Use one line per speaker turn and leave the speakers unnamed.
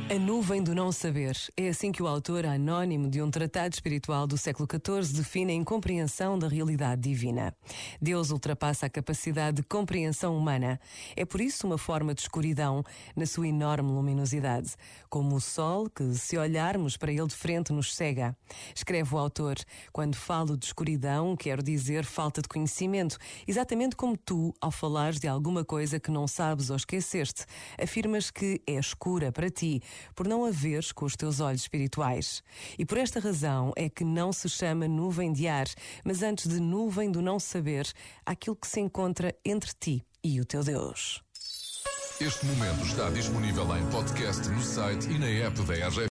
A nuvem do não saber. É assim que o autor anónimo de um tratado espiritual do século XIV define a incompreensão da realidade divina. Deus ultrapassa a capacidade de compreensão humana. É por isso uma forma de escuridão na sua enorme luminosidade, como o sol que, se olharmos para ele de frente, nos cega. Escreve o autor: quando falo de escuridão, quero dizer falta de conhecimento, exatamente como tu, ao falares de alguma coisa que não sabes ou esqueceste, afirmas que é escura para ti, por não a veres com os teus olhos espirituais. E por esta razão é que não se chama nuvem de ar, mas antes de nuvem do não saber, aquilo que se encontra entre ti e o teu Deus.
Este momento está disponível em podcast no site e na app da RGF.